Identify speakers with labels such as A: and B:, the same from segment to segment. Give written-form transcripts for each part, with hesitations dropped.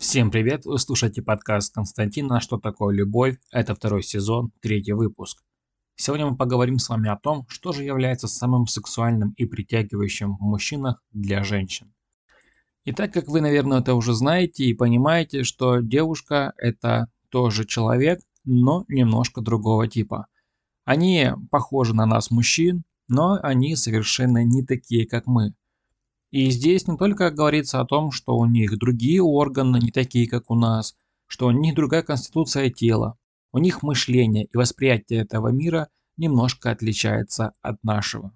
A: Всем привет! Вы слушаете подкаст Константина «Что такое любовь?». Это второй сезон, третий выпуск. Сегодня мы поговорим с вами о том, что же является самым сексуальным и притягивающим в мужчинах для женщин. И так как вы, наверное, это уже знаете и понимаете, что девушка – это тоже человек, но немножко другого типа. Они похожи на нас, мужчин, но они совершенно не такие, как мы. И здесь не только говорится о том, что у них другие органы, не такие, как у нас, что у них другая конституция тела, у них мышление и восприятие этого мира немножко отличается от нашего.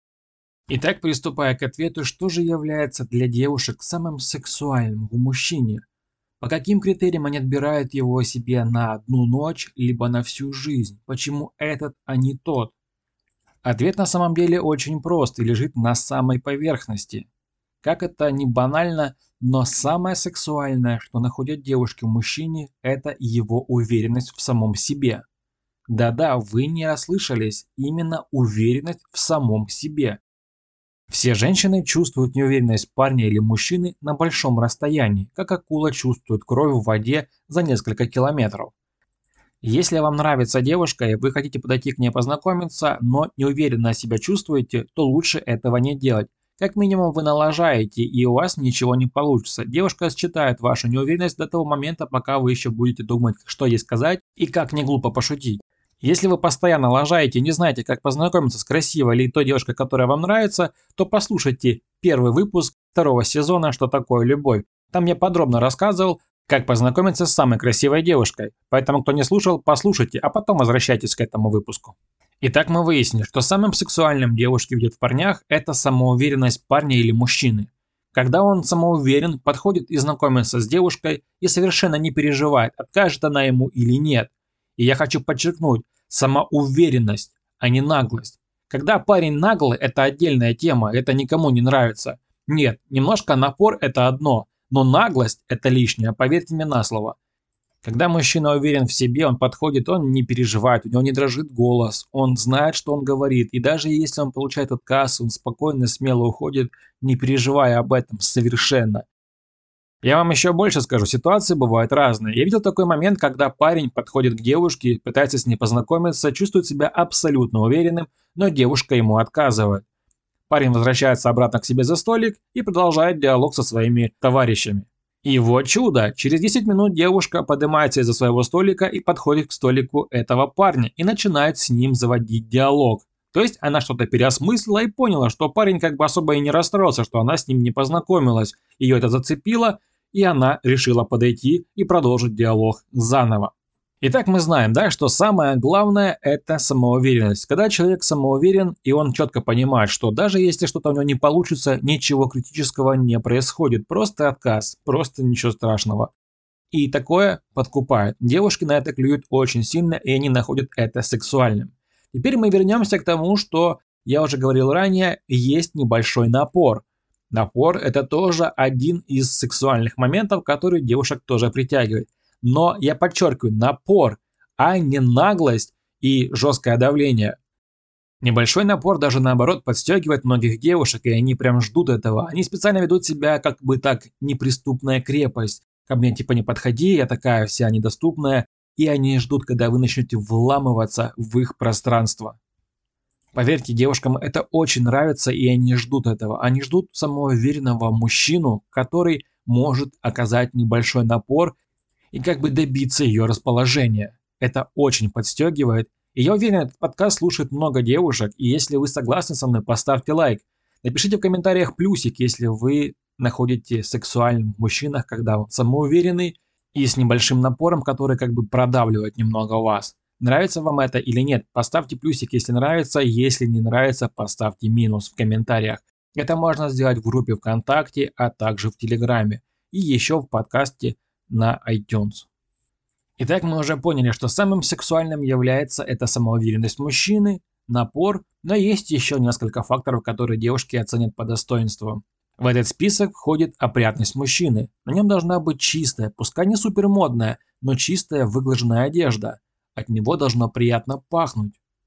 A: Итак, приступая к ответу, что же является для девушек самым сексуальным в мужчине? По каким критериям они отбирают его себе на одну ночь, либо на всю жизнь? Почему этот, а не тот? Ответ на самом деле очень прост и лежит на самой поверхности. Как это ни банально, но самое сексуальное, что находят девушки в мужчине, это его уверенность в самом себе. Да-да, вы не ослышались, именно уверенность в самом себе. Все женщины чувствуют неуверенность парня или мужчины на большом расстоянии, как акула чувствует кровь в воде за несколько километров. Если вам нравится девушка и вы хотите подойти к ней познакомиться, но неуверенно себя чувствуете, то лучше этого не делать. Как минимум вы налажаете, и у вас ничего не получится. Девушка считает вашу неуверенность до того момента, пока вы еще будете думать, что ей сказать и как не глупо пошутить. Если вы постоянно лажаете и не знаете, как познакомиться с красивой или той девушкой, которая вам нравится, то послушайте первый выпуск второго сезона «Что такое любовь?». Там я подробно рассказывал, как познакомиться с самой красивой девушкой. Поэтому, кто не слушал, послушайте, а потом возвращайтесь к этому выпуску. Итак, мы выяснили, что самым сексуальным девушке видят в парнях – это самоуверенность парня или мужчины. Когда он самоуверен, подходит и знакомится с девушкой и совершенно не переживает, откажет она ему или нет. И я хочу подчеркнуть, самоуверенность, а не наглость. Когда парень наглый – это отдельная тема, это никому не нравится. Нет, немножко напор – это одно, но наглость – это лишнее, поверьте мне на слово. Когда мужчина уверен в себе, он подходит, он не переживает, у него не дрожит голос, он знает, что он говорит. И даже если он получает отказ, он спокойно, смело уходит, не переживая об этом совершенно. Я вам еще больше скажу, ситуации бывают разные. Я видел такой момент, когда парень подходит к девушке, пытается с ней познакомиться, чувствует себя абсолютно уверенным, но девушка ему отказывает. Парень возвращается обратно к себе за столик и продолжает диалог со своими товарищами. И вот чудо! Через 10 минут девушка поднимается из-за своего столика и подходит к столику этого парня и начинает с ним заводить диалог. То есть она что-то переосмыслила и поняла, что парень как бы особо и не расстроился, что она с ним не познакомилась. Ее это зацепило, и она решила подойти и продолжить диалог заново. Итак, мы знаем, да, что самое главное – это самоуверенность. Когда человек самоуверен, и он четко понимает, что даже если что-то у него не получится, ничего критического не происходит. Просто отказ, просто ничего страшного. И такое подкупает. Девушки на это клюют очень сильно, и они находят это сексуальным. Теперь мы вернемся к тому, что я уже говорил ранее, есть небольшой напор. Напор – это тоже один из сексуальных моментов, который девушек тоже притягивает. Но я подчеркиваю, напор, а не наглость и жесткое давление. Небольшой напор даже наоборот подстегивает многих девушек, и они прям ждут этого. Они специально ведут себя как бы так, неприступная крепость. Ко мне типа не подходи, я такая вся недоступная. И они ждут, когда вы начнете вламываться в их пространство. Поверьте, девушкам это очень нравится, и они ждут этого. Они ждут самоуверенного мужчину, который может оказать небольшой напор и как бы добиться ее расположения. Это очень подстегивает. И я уверен, этот подкаст слушает много девушек, и если вы согласны со мной, поставьте лайк. Напишите в комментариях плюсик, если вы находите сексуальным в мужчинах, когда он самоуверенный и с небольшим напором, который как бы продавливает немного вас. Нравится вам это или нет? Поставьте плюсик, если нравится. Если не нравится, поставьте минус в комментариях. Это можно сделать в группе ВКонтакте, а также в Телеграме. И еще в подкасте на iTunes. Итак, мы уже поняли, что самым сексуальным является это самоуверенность мужчины, напор, но есть еще несколько факторов, которые девушки оценят по достоинству. В этот список входит опрятность мужчины. На нем должна быть чистая, пускай не супермодная, но чистая выглаженная одежда. От него должно приятно пахнуть.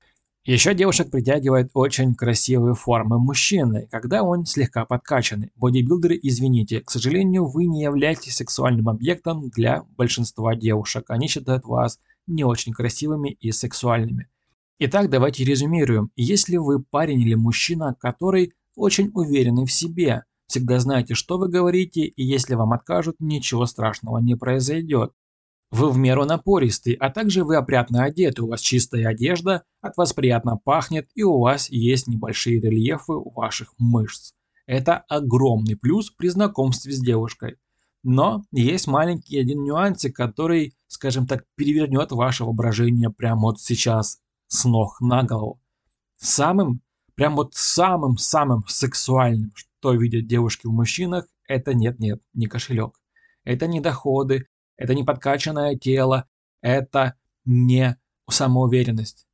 A: Еще девушек притягивает очень красивые формы мужчины, когда он слегка подкачанный. Бодибилдеры, извините, к сожалению, вы не являетесь сексуальным объектом для большинства девушек. Они считают вас не очень красивыми и сексуальными. Итак, давайте резюмируем. Если вы парень или мужчина, который очень уверенный в себе, всегда знаете, что вы говорите, и если вам откажут, ничего страшного не произойдет. Вы в меру напористый, а также вы опрятно одеты, у вас чистая одежда, от вас приятно пахнет и у вас есть небольшие рельефы ваших мышц. Это огромный плюс при знакомстве с девушкой. Но есть маленький один нюансик, который, скажем так, перевернет ваше воображение прямо вот сейчас с ног на голову. Самым, прям вот самым-самым сексуальным, что видят девушки в мужчинах, это нет-нет, не кошелек. Это не доходы, это не подкачанное тело, это не самоуверенность.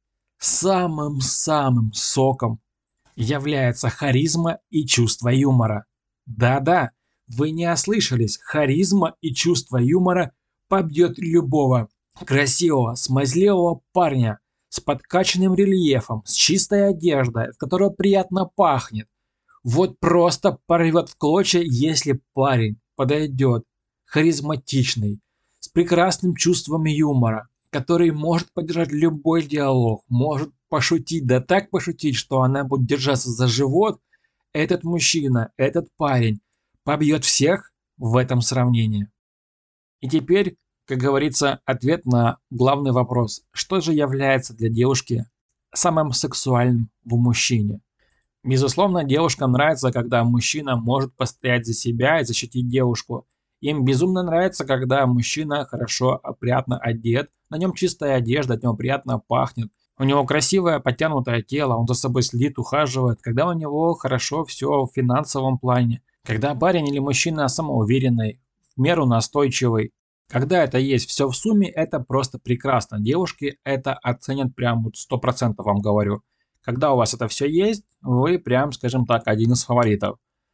A: Самым-самым соком является харизма и чувство юмора. Да-да, вы не ослышались, харизма и чувство юмора побьет любого красивого, смазливого парня с подкачанным рельефом, с чистой одеждой, от которого приятно пахнет. Вот просто порвет в клочья, если парень подойдет харизматичный, с прекрасным чувством юмора, который может поддержать любой диалог, может пошутить, да так пошутить, что она будет держаться за живот, этот мужчина, этот парень побьет всех в этом сравнении. И теперь, как говорится, ответ на главный вопрос. Что же является для девушки самым сексуальным в мужчине? Безусловно, девушкам нравится, когда мужчина может постоять за себя и защитить девушку. Им безумно нравится, когда мужчина хорошо, опрятно одет, на нем чистая одежда, от него приятно пахнет. У него красивое, подтянутое тело, он за собой следит, ухаживает, когда у него хорошо все в финансовом плане. Когда парень или мужчина самоуверенный, в меру настойчивый. Когда это есть все в сумме, это просто прекрасно. Девушки это оценят прям вот 100% вам говорю. Когда у вас это все есть, вы прям, скажем так, один из фаворитов.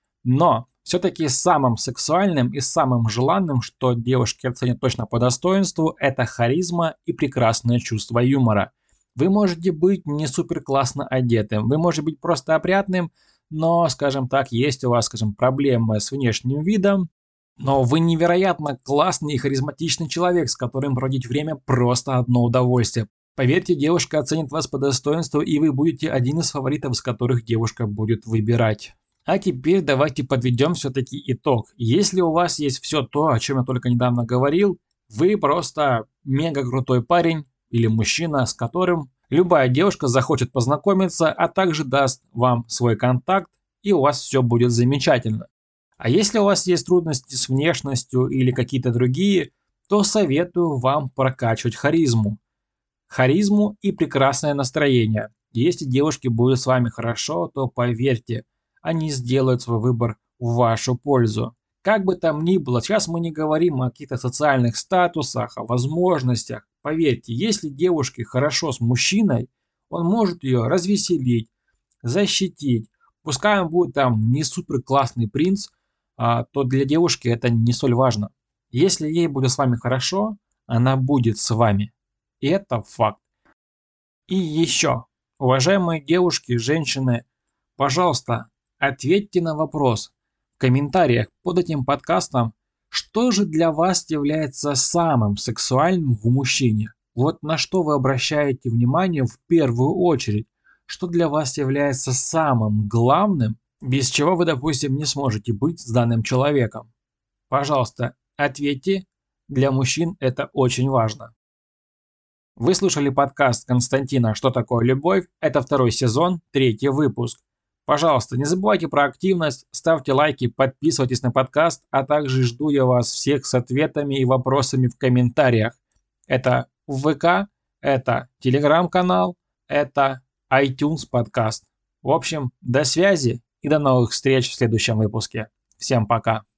A: Но все-таки самым сексуальным и самым желанным, что девушки оценят точно по достоинству, это харизма и прекрасное чувство юмора. Вы можете быть не супер классно одетым, вы можете быть просто опрятным, но, скажем так, есть у вас, скажем, проблемы с внешним видом, но вы невероятно классный и харизматичный человек, с которым проводить время просто одно удовольствие. Поверьте, девушка оценит вас по достоинству, и вы будете один из фаворитов, с которых девушка будет выбирать. А теперь давайте подведем все-таки итог. Если у вас есть все то, о чем я только недавно говорил, вы просто мега крутой парень или мужчина, с которым любая девушка захочет познакомиться, а также даст вам свой контакт, и у вас все будет замечательно. А если у вас есть трудности с внешностью или какие-то другие, то советую вам прокачивать харизму. Харизму и прекрасное настроение. Если девушке будет с вами хорошо, то поверьте, они сделают свой выбор в вашу пользу. Как бы там ни было, сейчас мы не говорим о каких-то социальных статусах, о возможностях. Поверьте, если девушке хорошо с мужчиной, он может ее развеселить, защитить. Пускай он будет там не супер классный принц, то для девушки это не столь важно. Если ей будет с вами хорошо, она будет с вами. И это факт. И еще, уважаемые девушки, женщины, пожалуйста, ответьте на вопрос в комментариях под этим подкастом, что же для вас является самым сексуальным в мужчине? Вот на что вы обращаете внимание в первую очередь? Что для вас является самым главным, без чего вы, допустим, не сможете быть с данным человеком? Пожалуйста, ответьте. Для мужчин это очень важно. Вы слушали подкаст Константина «Что такое любовь?» Это 2 сезон, 3 выпуск. Пожалуйста, не забывайте про активность, ставьте лайки, подписывайтесь на подкаст, а также жду я вас всех с ответами и вопросами в комментариях. Это ВК, это Телеграм-канал, это iTunes подкаст. В общем, до связи и до новых встреч в следующем выпуске. Всем пока.